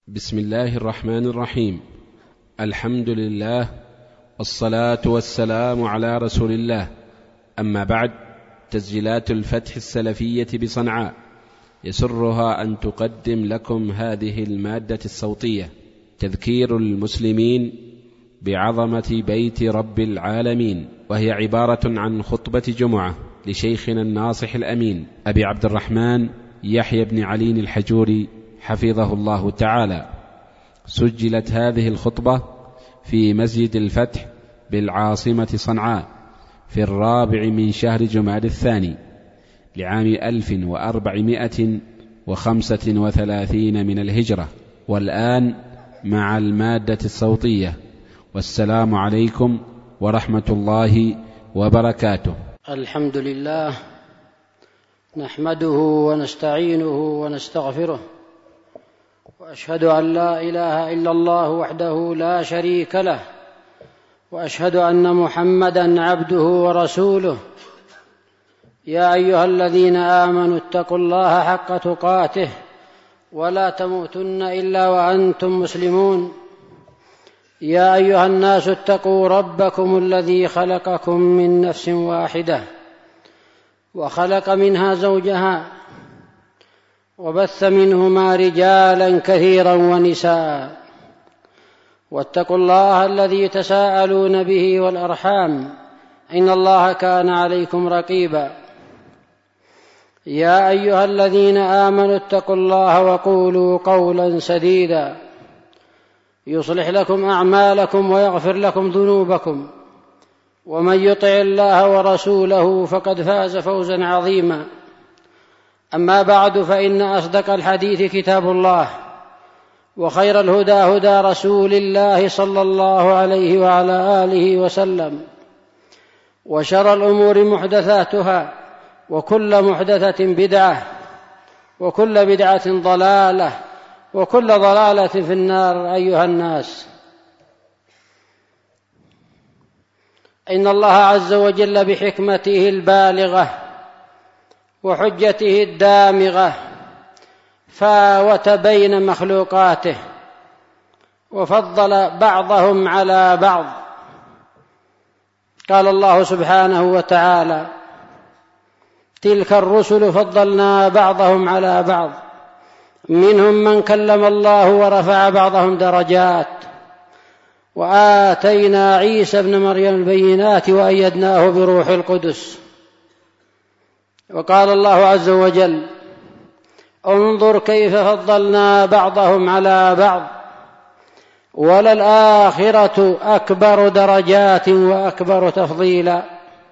بسم الله الرحمن الرحيم. الحمد لله والصلاة والسلام على رسول الله. أما بعد، تسجيلات الفتح السلفية بصنعاء يسرها أن تقدم لكم هذه المادة الصوتية: تذكير المسلمين بعظمة بيت رب العالمين، وهي عبارة عن خطبة جمعة لشيخنا الناصح الأمين أبي عبد الرحمن يحيى بن علي الحجوري حفظه الله تعالى. سجلت هذه الخطبة في مسجد الفتح بالعاصمة صنعاء في 4 من شهر جمادى الثاني لعام 1435 من الهجرة. والآن مع المادة الصوتية، والسلام عليكم ورحمة الله وبركاته. الحمد لله، نحمده ونستعينه ونستغفره، وأشهد أن لا إله إلا الله وحده لا شريك له، وأشهد أن محمدًا عبده ورسوله. يا أيها الذين آمنوا اتقوا الله حق تقاته ولا تموتن إلا وأنتم مسلمون. يا أيها الناس اتقوا ربكم الذي خلقكم من نفس واحدة وخلق منها زوجها وبث منهما رجالا كثيرا ونساء، واتقوا الله الذي تساءلون به والأرحام، إن الله كان عليكم رقيبا. يا أيها الذين آمنوا اتقوا الله وقولوا قولا سديدا يصلح لكم أعمالكم ويغفر لكم ذنوبكم، ومن يطع الله ورسوله فقد فاز فوزا عظيما. أما بعد، فإن أصدق الحديث كتاب الله، وخير الهدى هدى رسول الله صلى الله عليه وعلى آله وسلم، وشر الأمور محدثاتها، وكل محدثة بدعة، وكل بدعة ضلالة، وكل ضلالة في النار. أيها الناس، إن الله عز وجل بحكمته البالغة وحجته الدامغة فاوت بين مخلوقاته، وفضل بعضهم على بعض. قال الله سبحانه وتعالى: تلك الرسل فضلنا بعضهم على بعض، منهم من كلم الله ورفع بعضهم درجات، وآتينا عيسى ابن مريم البينات وأيدناه بروح القدس. وقال الله عز وجل: انظر كيف فضلنا بعضهم على بعض، وللآخرة أكبر درجات وأكبر تفضيلا.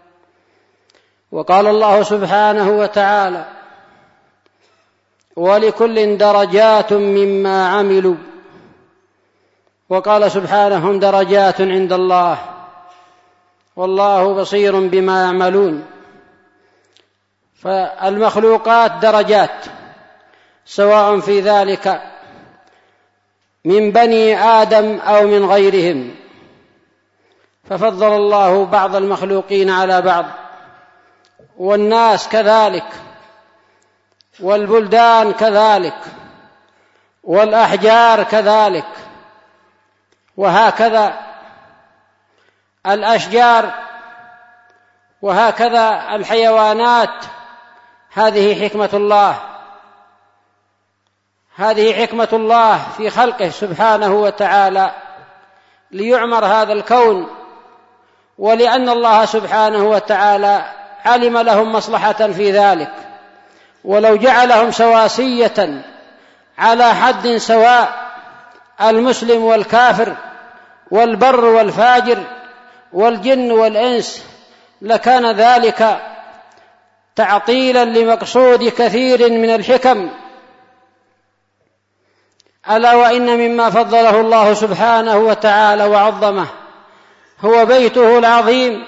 وقال الله سبحانه وتعالى: ولكل درجات مما عملوا. وقال سبحانه: هم درجات عند الله والله بصير بما يعملون. فالمخلوقات درجات، سواء في ذلك من بني آدم أو من غيرهم، ففضل الله بعض المخلوقين على بعض، والناس كذلك، والبلدان كذلك، والأحجار كذلك، وهكذا الأشجار، وهكذا الحيوانات. هذه حكمة الله، هذه حكمة الله في خلقه سبحانه وتعالى، ليعمر هذا الكون، ولأن الله سبحانه وتعالى علم لهم مصلحة في ذلك. ولو جعلهم سواسية على حد سواء، المسلم والكافر، والبر والفاجر، والجن والإنس، لكان ذلك تعطيلا لمقصود كثير من الحكم. ألا وإن مما فضله الله سبحانه وتعالى وعظمه هو بيته العظيم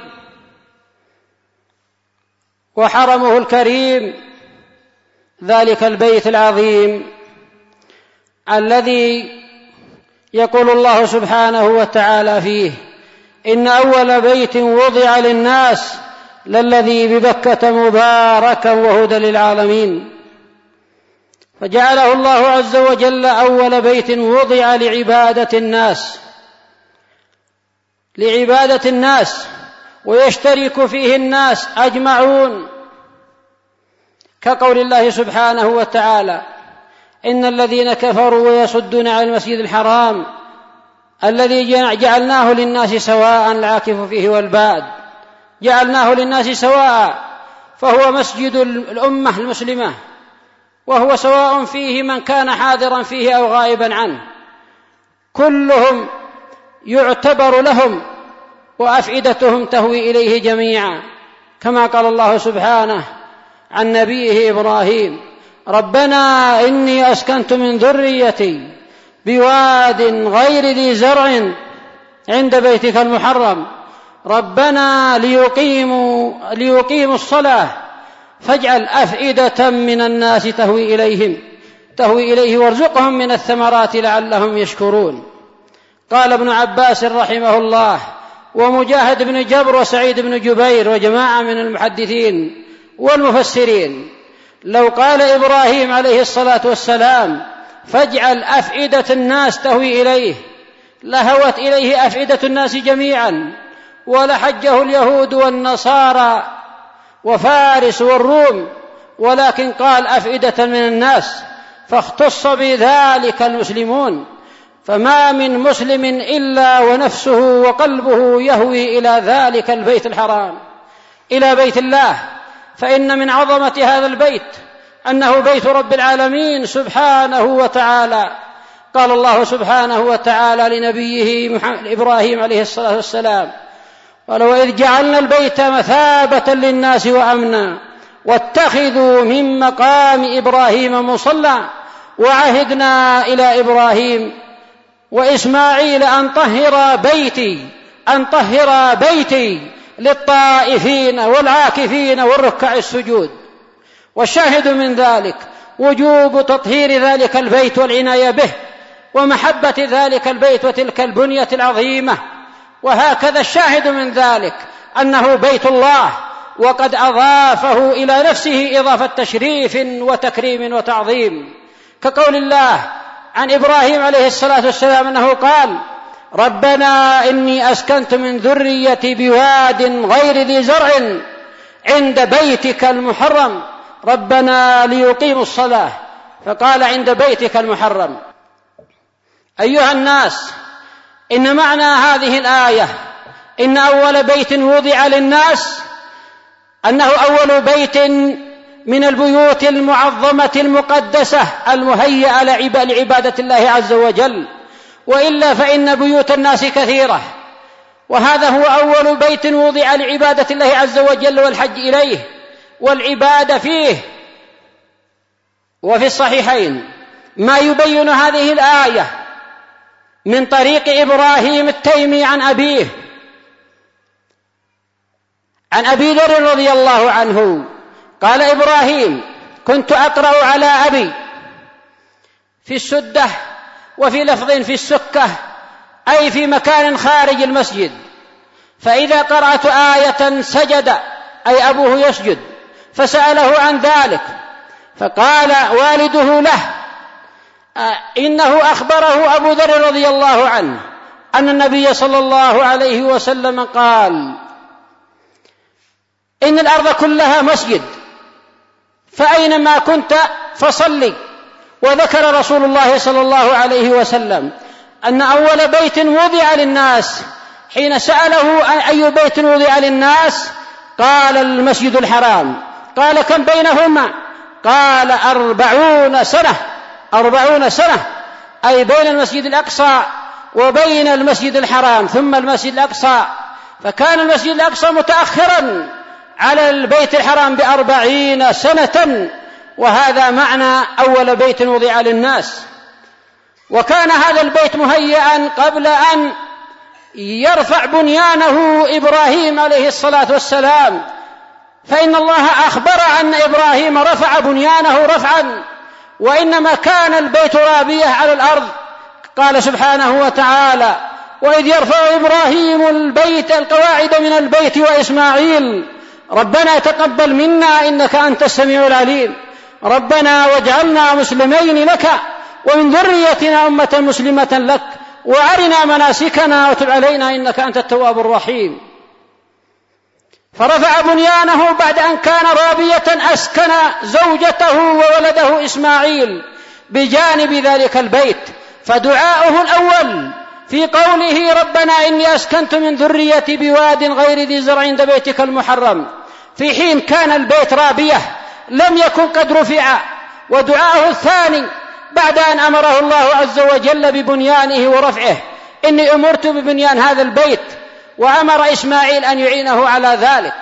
وحرمه الكريم، ذلك البيت العظيم الذي يقول الله سبحانه وتعالى فيه: إن أول بيت وضع للناس للذي ببكة مباركا وهدى للعالمين. فجعله الله عز وجل أول بيت وضع لعبادة الناس ويشترك فيه الناس أجمعون، كقول الله سبحانه وتعالى: إن الذين كفروا ويصدون عن المسجد الحرام الذي جعلناه للناس سواء العاكف فيه والباد، جعلناه للناس سواء، فهو مسجد الأمة المسلمة، وهو سواء فيه من كان حاضرا فيه أو غائبا عنه، كلهم يعتبر لهم وأفئدتهم تهوي إليه جميعا، كما قال الله سبحانه عن نبيه إبراهيم: ربنا إني أسكنت من ذريتي بواد غير ذي زرع عند بيتك المحرم ربنا ليقيموا الصلاة فاجعل أفئدة من الناس تهوي إليه وارزقهم من الثمرات لعلهم يشكرون. قال ابن عباس رحمه الله ومجاهد بن جبر وسعيد بن جبير وجماعة من المحدثين والمفسرين: لو قال إبراهيم عليه الصلاة والسلام فاجعل أفئدة الناس تهوي إليه لهوت إليه أفئدة الناس جميعا، ولحجه اليهود والنصارى وفارس والروم، ولكن قال أفئدة من الناس، فاختص بذلك المسلمون، فما من مسلم إلا ونفسه وقلبه يهوي إلى ذلك البيت الحرام، إلى بيت الله، فإن من عظمة هذا البيت أنه بيت رب العالمين سبحانه وتعالى. قال الله سبحانه وتعالى لنبيه إبراهيم عليه الصلاة والسلام: قال: وإذ جعلنا البيت مثابة للناس وأمنا واتخذوا من مقام إبراهيم مصلى وعهدنا إلى إبراهيم وإسماعيل أن طهر بيتي للطائفين والعاكفين والركع السجود. والشاهد من ذلك وجوب تطهير ذلك البيت والعناية به ومحبة ذلك البيت وتلك البنية العظيمة. وهكذا الشاهد من ذلك أنه بيت الله، وقد أضافه إلى نفسه إضافة تشريف وتكريم وتعظيم، كقول الله عن إبراهيم عليه الصلاة والسلام أنه قال: ربنا إني أسكنت من ذريتي بواد غير ذي زرع عند بيتك المحرم ربنا ليقيموا الصلاة، فقال: عند بيتك المحرم. أيها الناس، إن معنى هذه الآية إن أول بيت وضع للناس أنه أول بيت من البيوت المعظمة المقدسة المهيئة لعبادة الله عز وجل، وإلا فإن بيوت الناس كثيرة، وهذا هو أول بيت وضع لعبادة الله عز وجل والحج إليه والعبادة فيه. وفي الصحيحين ما يبين هذه الآية من طريق إبراهيم التيمي عن أبي ذر رضي الله عنه قال إبراهيم: كنت أقرأ على أبي في السدة، وفي لفظ في السكة، أي في مكان خارج المسجد، فإذا قرأت آية سجد، أي أبوه يسجد، فسأله عن ذلك، فقال والده له إنه أخبره أبو ذر رضي الله عنه أن النبي صلى الله عليه وسلم قال: إن الأرض كلها مسجد، فأينما كنت فصلي. وذكر رسول الله صلى الله عليه وسلم أن أول بيت وضع للناس حين سأله أي بيت وضع للناس قال: المسجد الحرام. قال: كم بينهما؟ قال: 40 سنة، أي بين المسجد الأقصى وبين المسجد الحرام ثم المسجد الأقصى، فكان المسجد الأقصى متأخرا على البيت الحرام ب40 سنة، وهذا معنى أول بيت وضع للناس. وكان هذا البيت مهيئا قبل أن يرفع بنيانه إبراهيم عليه الصلاة والسلام، فإن الله أخبر أن إبراهيم رفع بنيانه رفعا، وإنما كان البيت رابية على الأرض. قال سبحانه وتعالى: وإذ يرفع إبراهيم القواعد من البيت وإسماعيل ربنا تقبل منا إنك أنت السميع العليم. ربنا واجعلنا مسلمين لك ومن ذريتنا أمة مسلمة لك وأرنا مناسكنا وتب علينا إنك أنت التواب الرحيم. فرفع بنيانه بعد أن كان رابية أسكن زوجته وولده إسماعيل بجانب ذلك البيت، فدعاؤه الأول في قوله ربنا إني أسكنت من ذريتي بواد غير ذي زرع عند بيتك المحرم، في حين كان البيت رابية لم يكن قد رفع. ودعاؤه الثاني بعد أن أمره الله عز وجل ببنيانه ورفعه، إني أمرت ببنيان هذا البيت، وأمر إسماعيل أن يعينه على ذلك.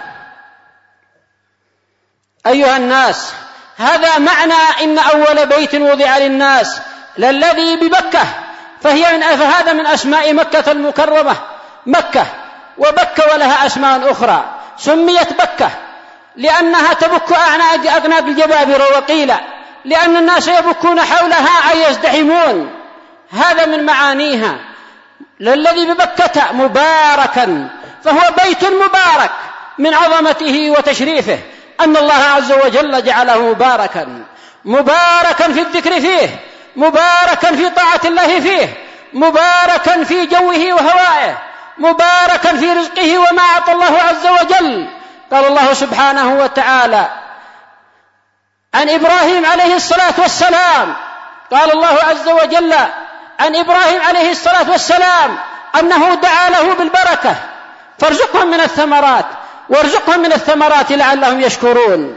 أيها الناس، هذا معنى إن أول بيت وضع للناس للذي ببكة، فهذا من أسماء مكة المكرمة مكة، وبكة ولها أسماء أخرى سميت بكة لأنها تبك أعناق الجبابرة، وقيل لأن الناس يبكون حولها أي يزدحمون، هذا من معانيها. للذي ببكة مباركا، فهو بيت مبارك من عظمته وتشريفه أن الله عز وجل جعله مباركا، مباركا في الذكر فيه، مباركا في طاعة الله فيه، مباركا في جوه وهوائه، مباركا في رزقه وما أعطى الله عز وجل. قال الله سبحانه وتعالى عن إبراهيم عليه الصلاة والسلام، قال الله عز وجل عن إبراهيم عليه الصلاة والسلام أنه دعا له بالبركة، فارزقهم من الثمرات وارزقهم من الثمرات لعلهم يشكرون.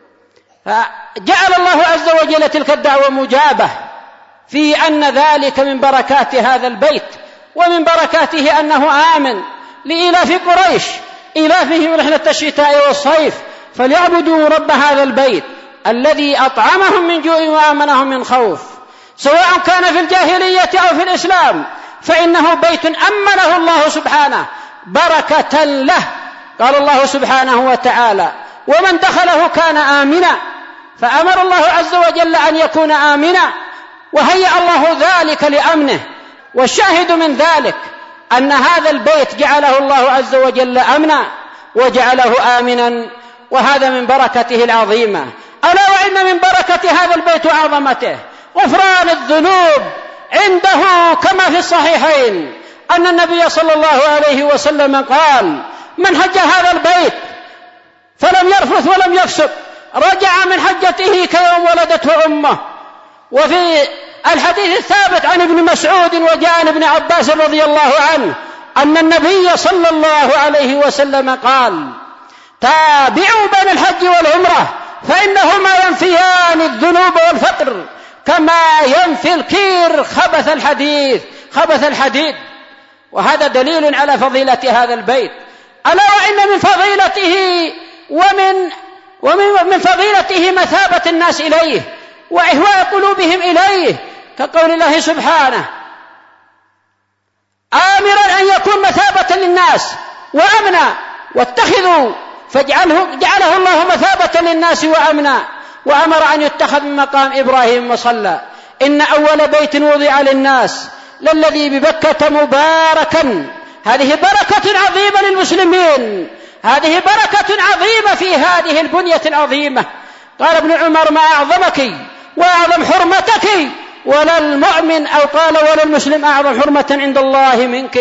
فجعل الله عز وجل تلك الدعوة مجابة، في أن ذلك من بركات هذا البيت، ومن بركاته أنه آمن لإيلاف قريش إيلافهم رحلة الشتاء والصيف، فليعبدوا رب هذا البيت الذي أطعمهم من جوع وآمنهم من خوف. سواء كان في الجاهلية أو في الإسلام، فإنه بيت أمنه الله سبحانه بركة له. قال الله سبحانه وتعالى ومن دخله كان آمنا، فأمر الله عز وجل أن يكون آمنا، وهيأ الله ذلك لأمنه. والشاهد من ذلك أن هذا البيت جعله الله عز وجل أمنا وجعله آمنا، وهذا من بركته العظيمة. ألا وإن من بركة هذا البيت وعظمته غفران الذنوب عنده، كما في الصحيحين أن النبي صلى الله عليه وسلم قال من حج هذا البيت فلم يرفث ولم يفسق رجع من حجته كيوم ولدته أمه. وفي الحديث الثابت عن ابن مسعود وجاء عن ابن عباس رضي الله عنه أن النبي صلى الله عليه وسلم قال تابعوا بين الحج والعمرة فإنهما ينفيان الذنوب والفقر كما ينفي الكير خبث الحديد. وهذا دليل على فضيلة هذا البيت. ألا وإن من فضيلته ومن فضيلته مثابة الناس إليه وإهواء قلوبهم إليه، كقول الله سبحانه آمرا أن يكون مثابة للناس وأمنا واتخذوا، جعله الله مثابة للناس وأمنا، وأمر أن يتخذ من مقام إبراهيم مصلى. إن أول بيت وضع للناس للذي ببكة مباركا، هذه بركة عظيمة للمسلمين، هذه بركة عظيمة في هذه البنية العظيمة. قال ابن عمر ما أعظمك وأعظم حرمتك ولا المؤمن، أو قال ولا المسلم أعظم حرمة عند الله منك.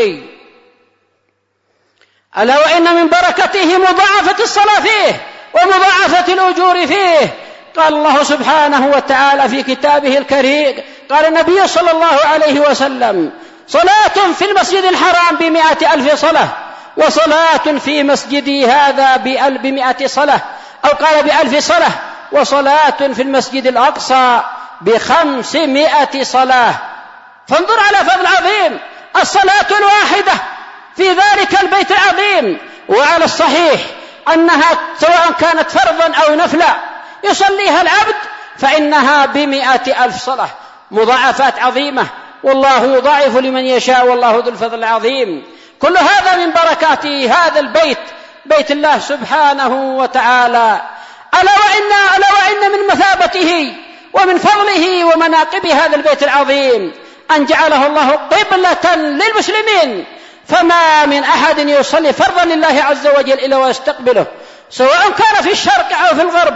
ألا وإن من بركته مضاعفة الصلاة فيه ومضاعفة الأجور فيه. قال الله سبحانه وتعالى في كتابه الكريم، قال النبي صلى الله عليه وسلم صلاة في المسجد الحرام ب100,000 صلاة، وصلاة في مسجدي هذا ب100 صلاة، أو قال ب1000 صلاة، وصلاة في المسجد الأقصى ب500 صلاة. فانظر على فضل عظيم الصلاة الواحدة في ذلك البيت العظيم. وعلى الصحيح أنها سواء كانت فرضا أو نفلا يصليها العبد فإنها ب100,000 صلاة، مضاعفات عظيمة، والله يضاعف لمن يشاء والله ذو الفضل العظيم. كل هذا من بركات هذا البيت، بيت الله سبحانه وتعالى. ألا وإن من مثابته ومن فضله ومناقب هذا البيت العظيم أن جعله الله قبلة للمسلمين، فما من أحد يصلي فرضا لله عز وجل إلا ويستقبله، سواء كان في الشرق أو في الغرب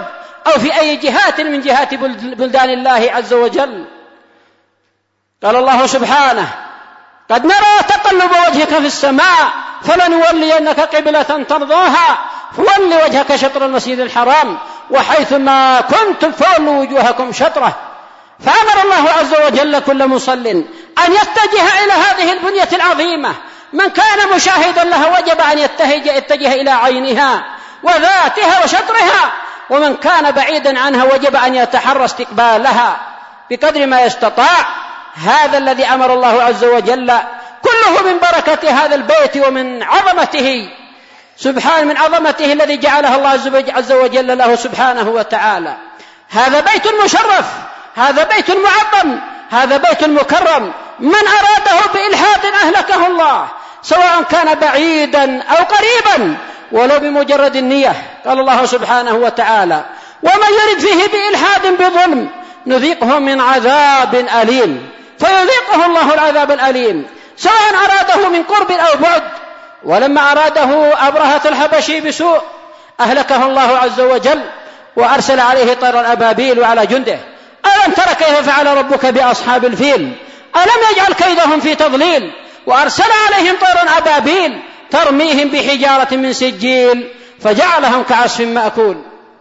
أو في أي جهات من جهات بلدان الله عز وجل. قال الله سبحانه: قد نرى تقلب وجهك في السماء فلنولينك قبلة ترضاها فول وجهك شطر المسجد الحرام وحيثما كنتم فولوا وجوهكم شطره. فأمر الله عز وجل كل مصل أن يتجه إلى هذه البنية العظيمة. من كان مشاهدا لها وجب أن يتجه إلى عينها وذاتها وشطرها، ومن كان بعيدا عنها وجب أن يتحرى استقبالها بقدر ما يستطاع. هذا الذي أمر الله عز وجل، كله من بركة هذا البيت ومن عظمته سبحانه، من عظمته الذي جعلها الله عز وجل له سبحانه وتعالى. هذا بيت مشرف، هذا بيت معظم، هذا بيت مكرم. من أراده بإلحاد أهلكه الله، سواء كان بعيدا أو قريبا ولو بمجرد النية. قال الله سبحانه وتعالى: ومن يرد فيه بإلحاد بظلم نذيقه من عذاب أليم. فيذيقه الله العذاب الأليم سواء أراده من قرب أو بعد. ولما أراده أبرهة الحبشي بسوء أهلكه الله عز وجل وأرسل عليه طيرا أبابيل وعلى جنده. ألم تر كيف فعل ربك بأصحاب الفيل؟ ألم يجعل كيدهم في تضليل وأرسل عليهم طيرا أبابيل ترميهم بحجارة من سجيل فجعلهم كعصف مأكول.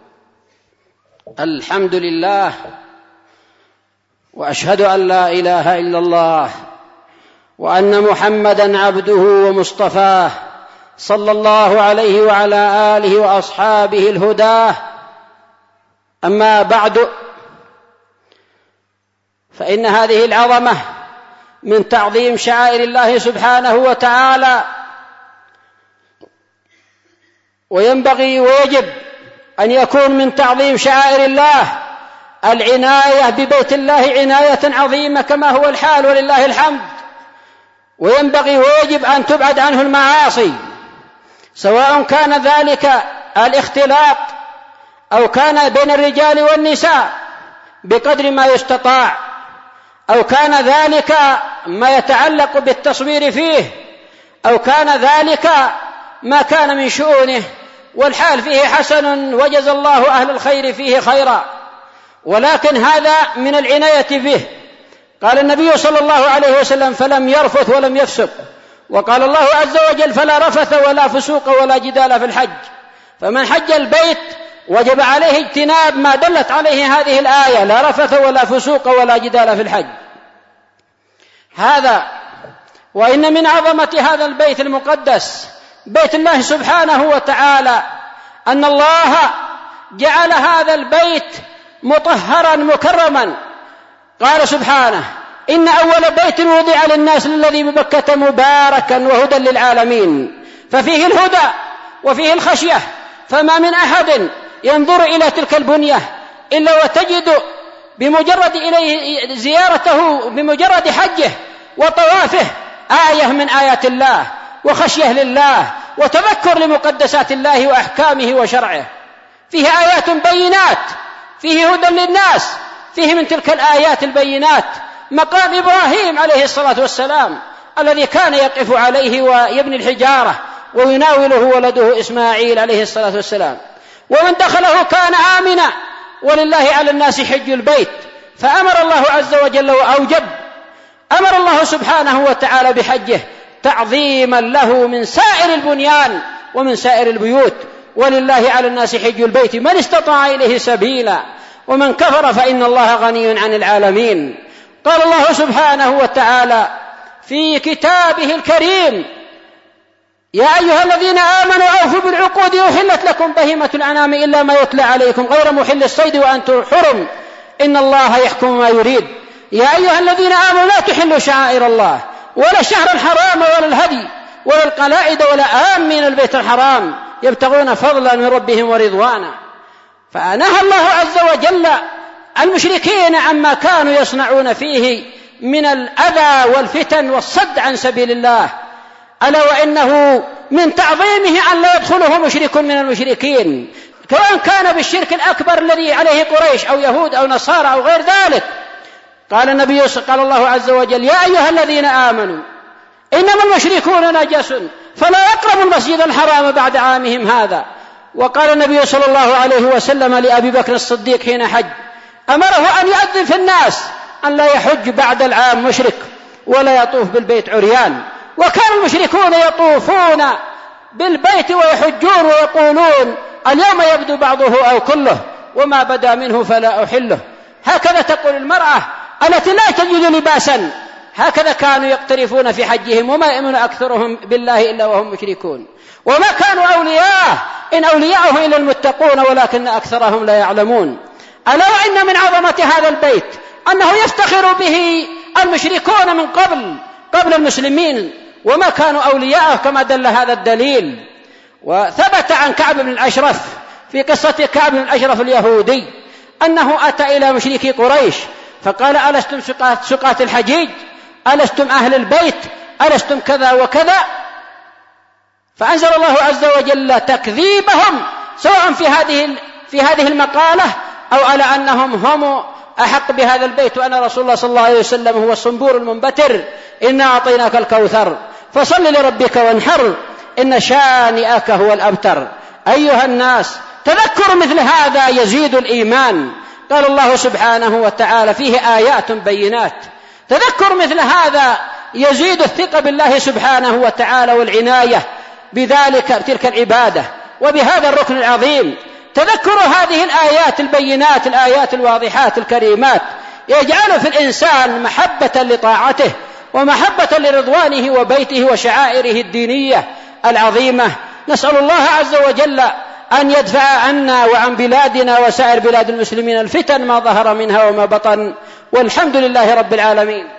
الحمد لله، وأشهد أن لا إله إلا الله، وأن محمدا عبده ومصطفاه، صلى الله عليه وعلى آله وأصحابه الهداه. أما بعد، فإن هذه العظمة من تعظيم شعائر الله سبحانه وتعالى، وينبغي ويجب أن يكون من تعظيم شعائر الله العناية ببيت الله عناية عظيمة كما هو الحال ولله الحمد. وينبغي ويجب أن تبعد عنه المعاصي، سواء كان ذلك الاختلاط أو كان بين الرجال والنساء بقدر ما يستطاع، أو كان ذلك ما يتعلق بالتصوير فيه، أو كان ذلك ما كان من شؤونه، والحال فيه حسن وجزى الله أهل الخير فيه خيرا. ولكن هذا من العناية به. قال النبي صلى الله عليه وسلم: فلم يرفث ولم يفسق. وقال الله عز وجل: فلا رفث ولا فسوق ولا جدال في الحج. فمن حج البيت وجب عليه اجتناب ما دلت عليه هذه الآية: لا رفث ولا فسوق ولا جدال في الحج. هذا وإن من عظمة هذا البيت المقدس بيت الله سبحانه وتعالى أن الله جعل هذا البيت مطهرا مكرما. قال سبحانه: إن أول بيت وضع للناس الذي ببكة مباركا وهدى للعالمين. ففيه الهدى وفيه الخشية. فما من أحد ينظر إلى تلك البنية إلا وتجد بمجرد إليه زيارته بمجرد حجه وطوافه آية من آيات الله وخشية لله وتذكر لمقدسات الله وأحكامه وشرعه. فيه آيات بينات، فيه هدى للناس. فيه من تلك الآيات البينات مقام إبراهيم عليه الصلاة والسلام الذي كان يقف عليه ويبني الحجارة ويناوله ولده إسماعيل عليه الصلاة والسلام. ومن دخله كان آمنا، ولله على الناس حج البيت. فأمر الله عز وجل وأوجب، أمر الله سبحانه وتعالى بحجه تعظيما له من سائر البنيان ومن سائر البيوت. ولله على الناس حج البيت من استطاع إليه سبيلا ومن كفر فإن الله غني عن العالمين. قال الله سبحانه وتعالى في كتابه الكريم: يا أيها الذين آمنوا أوفوا بالعقود أحلت لكم بهيمة الأنعام إلا ما يتلى عليكم غير محل الصيد وأنتم حرم إن الله يحكم ما يريد. يا أيها الذين آمنوا لا تحلوا شعائر الله ولا الشهر الحرام ولا الهدي ولا القلائد ولا آمين البيت الحرام يبتغون فضلا من ربهم ورضوانا. فنهى الله عز وجل المشركين عما كانوا يصنعون فيه من الأذى والفتن والصد عن سبيل الله، ألا وإنه من تعظيمه أن لا يدخله مشرك من المشركين، سواء كان بالشرك الأكبر الذي عليه قريش أو يهود أو نصارى أو غير ذلك. قال الله عز وجل: يا أيها الذين آمنوا إنما المشركون نجس فلا يقربوا المسجد الحرام بعد عامهم هذا. وقال النبي صلى الله عليه وسلم لأبي بكر الصديق حين حج أمره أن يؤذن في الناس أن لا يحج بعد العام مشرك ولا يطوف بالبيت عريان. وكان المشركون يطوفون بالبيت ويحجون ويقولون اليوم يبدو بعضه أو كله وما بدا منه فلا أحله. هكذا تقول المرأة التي لا تجد لباسا، هكذا كانوا يقترفون في حجهم، وما يؤمن أكثرهم بالله إلا وهم مشركون، وما كانوا أولياءه إن أولياءه إلا المتقون ولكن أكثرهم لا يعلمون. ألا وإن من عظمة هذا البيت أنه يفتخر به المشركون من قبل المسلمين، وما كانوا أولياءه كما دل هذا الدليل. وثبت عن كعب بن الأشرف في قصة كعب بن الأشرف اليهودي أنه أتى إلى مشركي قريش فقال ألستم سقاة الحجيج، ألستم أهل البيت، ألستم كذا وكذا، فأنزل الله عز وجل تكذيبهم سواء في هذه المقالة أو على أنهم هم أحق بهذا البيت، وأن رسول الله صلى الله عليه وسلم هو الصنبور المنبتر، إنا أعطيناك الكوثر فصل لربك وانحر إن شانئك هو الأبتر. أيها الناس تذكر مثل هذا يزيد الإيمان. قال الله سبحانه وتعالى فيه آيات بينات. تذكر مثل هذا يزيد الثقة بالله سبحانه وتعالى والعناية تلك العبادة وبهذا الركن العظيم. تذكر هذه الآيات البينات، الآيات الواضحات الكريمات، يجعل في الإنسان محبة لطاعته ومحبة لرضوانه وبيته وشعائره الدينية العظيمة. نسأل الله عز وجل أن يدفع عنا وعن بلادنا وسائر بلاد المسلمين الفتن ما ظهر منها وما بطن، والحمد لله رب العالمين.